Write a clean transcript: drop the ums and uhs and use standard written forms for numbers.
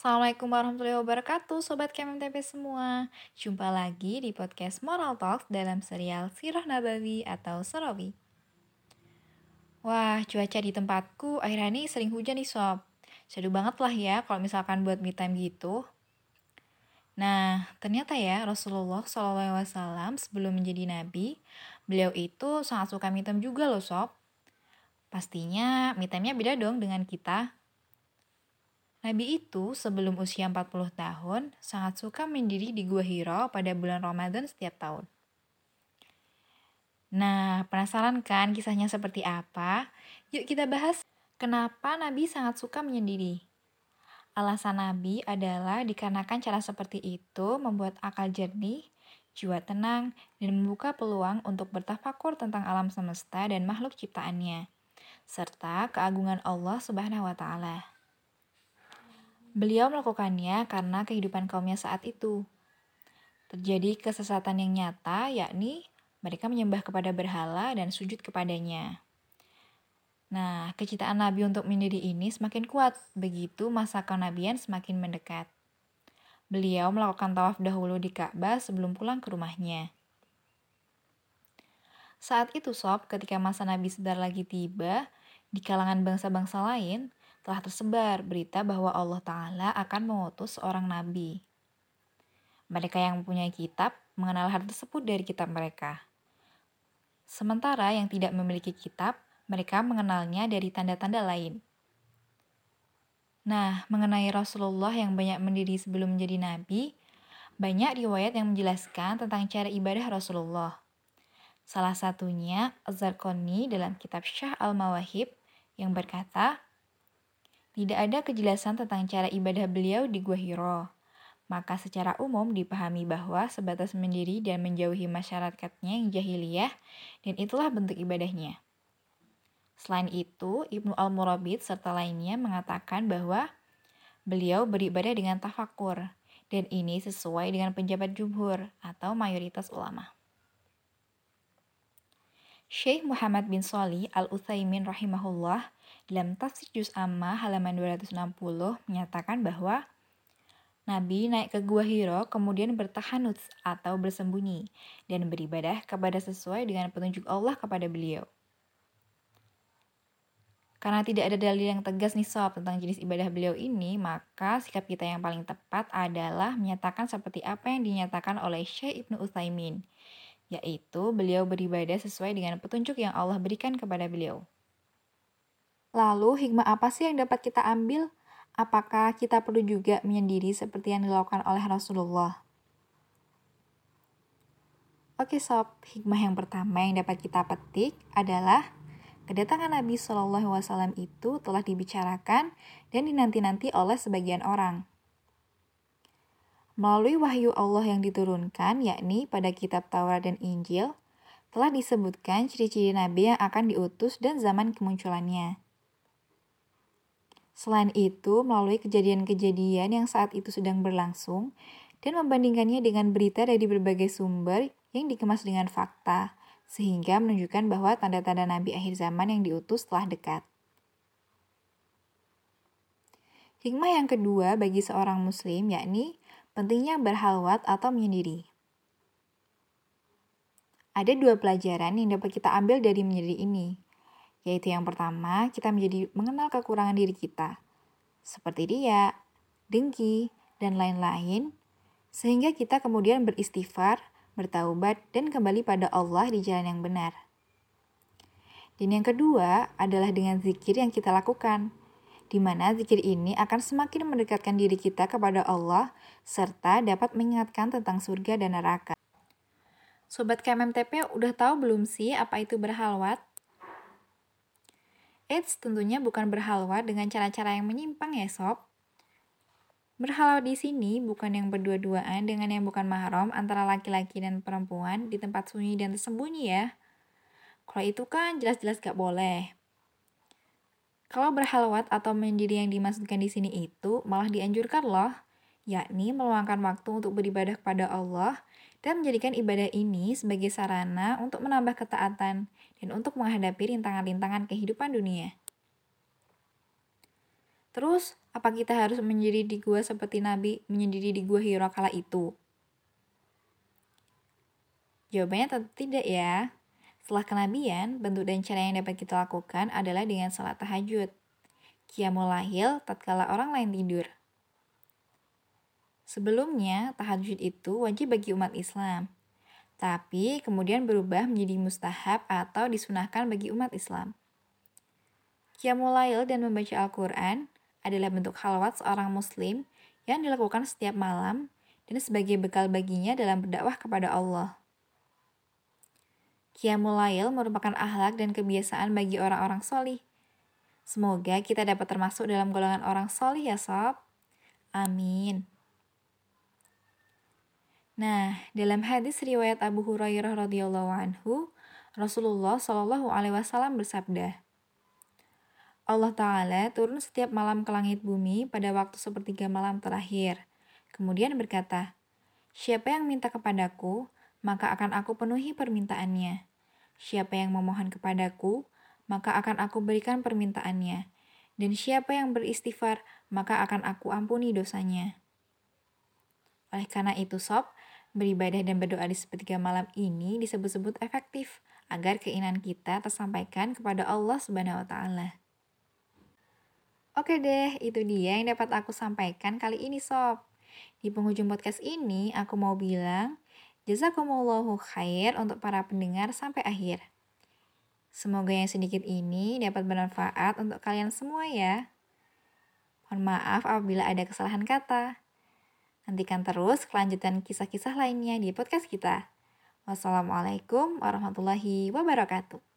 Assalamualaikum warahmatullahi wabarakatuh, Sobat KMMTP semua. Jumpa lagi di podcast Moral Talks dalam serial Sirah Nabawi atau Serawi. Wah, cuaca di tempatku akhir-akhir ini sering hujan nih Sob. Seru banget lah ya kalau misalkan buat me time gitu. Nah, ternyata ya Rasulullah SAW sebelum menjadi nabi, beliau itu sangat suka me time juga loh Sob. Pastinya me time-nya beda dong dengan kita. Nabi itu sebelum usia 40 tahun sangat suka mendiri di Gua Hira pada bulan Ramadan setiap tahun. Nah, penasaran kan kisahnya seperti apa? Yuk kita bahas. Kenapa Nabi sangat suka menyendiri? Alasan Nabi adalah dikarenakan cara seperti itu membuat akal jernih, jiwa tenang, dan membuka peluang untuk bertafakur tentang alam semesta dan makhluk ciptaannya, serta keagungan Allah Subhanahu wa Ta'ala. Beliau melakukannya karena kehidupan kaumnya saat itu. Terjadi kesesatan yang nyata, yakni mereka menyembah kepada berhala dan sujud kepadanya. Nah, kecintaan Nabi untuk menyendiri ini semakin kuat, begitu masa kenabian semakin mendekat. Beliau melakukan tawaf dahulu di Ka'bah sebelum pulang ke rumahnya. Saat itu Sob, ketika masa Nabi sebentar lagi tiba, di kalangan bangsa-bangsa lain, telah tersebar berita bahwa Allah Ta'ala akan mengutus seorang Nabi. Mereka yang mempunyai kitab mengenal hal tersebut dari kitab mereka. Sementara yang tidak memiliki kitab, mereka mengenalnya dari tanda-tanda lain. Nah, mengenai Rasulullah yang banyak mendiri sebelum menjadi nabi, banyak riwayat yang menjelaskan tentang cara ibadah Rasulullah. Salah satunya Az-Zarqani dalam kitab Syah Al-Mawahib yang berkata, tidak ada kejelasan tentang cara ibadah beliau di Gua Hira. Maka secara umum dipahami bahwa sebatas mendiri dan menjauhi masyarakatnya yang jahiliyah, dan itulah bentuk ibadahnya. Selain itu, Ibnu Al-Murabit serta lainnya mengatakan bahwa beliau beribadah dengan tafakur, dan ini sesuai dengan pendapat jumhur atau mayoritas ulama. Syekh Muhammad bin Shalih Al-Utsaimin rahimahullah dalam tafsir Juz Amma halaman 260 menyatakan bahwa Nabi naik ke Gua Hira kemudian bertahanut atau bersembunyi dan beribadah kepada sesuai dengan petunjuk Allah kepada beliau. Karena tidak ada dalil yang tegas nih Sob tentang jenis ibadah beliau ini, maka sikap kita yang paling tepat adalah menyatakan seperti apa yang dinyatakan oleh Syekh Ibnu Utsaimin, yaitu beliau beribadah sesuai dengan petunjuk yang Allah berikan kepada beliau. Lalu hikmah apa sih yang dapat kita ambil? Apakah kita perlu juga menyendiri seperti yang dilakukan oleh Rasulullah? Oke Sob, hikmah yang pertama yang dapat kita petik adalah kedatangan Nabi SAW itu telah dibicarakan dan dinanti-nanti oleh sebagian orang. Melalui wahyu Allah yang diturunkan, yakni pada kitab Taurat dan Injil, telah disebutkan ciri-ciri Nabi yang akan diutus dan zaman kemunculannya. Selain itu, melalui kejadian-kejadian yang saat itu sedang berlangsung, dan membandingkannya dengan berita dari berbagai sumber yang dikemas dengan fakta, sehingga menunjukkan bahwa tanda-tanda Nabi akhir zaman yang diutus telah dekat. Hikmah yang kedua bagi seorang muslim yakni pentingnya berhalwat atau menyendiri. Ada dua pelajaran yang dapat kita ambil dari menyendiri ini, yaitu yang pertama, kita menjadi mengenal kekurangan diri kita, seperti riya, dengki, dan lain-lain, sehingga kita kemudian beristighfar, bertaubat, dan kembali pada Allah di jalan yang benar. Dan yang kedua adalah dengan zikir yang kita lakukan, di mana zikir ini akan semakin mendekatkan diri kita kepada Allah, serta dapat mengingatkan tentang surga dan neraka. Sobat KMMTP udah tahu belum sih apa itu berhalwat? Eits, tentunya bukan berhalwat dengan cara-cara yang menyimpang ya Sob. Berhalwat di sini bukan yang berdua-duaan dengan yang bukan mahram antara laki-laki dan perempuan di tempat sunyi dan tersembunyi ya. Kalau itu kan jelas-jelas gak boleh. Kalau berhalwat atau menyendiri yang dimaksudkan di sini itu malah dianjurkan loh, yakni meluangkan waktu untuk beribadah kepada Allah dan menjadikan ibadah ini sebagai sarana untuk menambah ketaatan dan untuk menghadapi rintangan-rintangan kehidupan dunia. Terus, Apa kita harus menyendiri di gua seperti Nabi menyendiri di gua Hira kala itu? Jawabannya tentu tidak ya. Setelah kenabian, bentuk dan cara yang dapat kita lakukan adalah dengan salat tahajud. Qiyamul lail tatkala orang lain tidur. Sebelumnya, tahajud itu wajib bagi umat Islam. Tapi kemudian berubah menjadi mustahab atau disunahkan bagi umat Islam. Qiyamul lail dan membaca Al-Quran adalah bentuk khalwat seorang muslim yang dilakukan setiap malam dan sebagai bekal baginya dalam berdakwah kepada Allah. Qiyamul lail merupakan akhlak dan kebiasaan bagi orang-orang solih. Semoga kita dapat termasuk dalam golongan orang solih ya sob. Amin. Nah, dalam hadis riwayat Abu Hurairah radhiyallahu anhu, Rasulullah Shallallahu alaihi wasallam bersabda, Allah Ta'ala turun setiap malam ke langit bumi pada waktu sepertiga malam terakhir. Kemudian berkata, siapa yang minta kepadaku, maka akan aku penuhi permintaannya. Siapa yang memohon kepadaku, maka akan aku berikan permintaannya. Dan siapa yang beristighfar, maka akan aku ampuni dosanya. Oleh karena itu sob, beribadah dan berdoa di sepertiga malam ini disebut-sebut efektif, agar keinginan kita tersampaikan kepada Allah Subhanahu wa Ta'ala. Oke deh, itu dia yang dapat aku sampaikan kali ini sob. Di penghujung podcast ini, aku mau bilang, jazakumullahu khair untuk para pendengar sampai akhir. Semoga yang sedikit ini dapat bermanfaat untuk kalian semua ya. Mohon maaf apabila ada kesalahan kata. Nantikan terus kelanjutan kisah-kisah lainnya di podcast kita. Wassalamualaikum warahmatullahi wabarakatuh.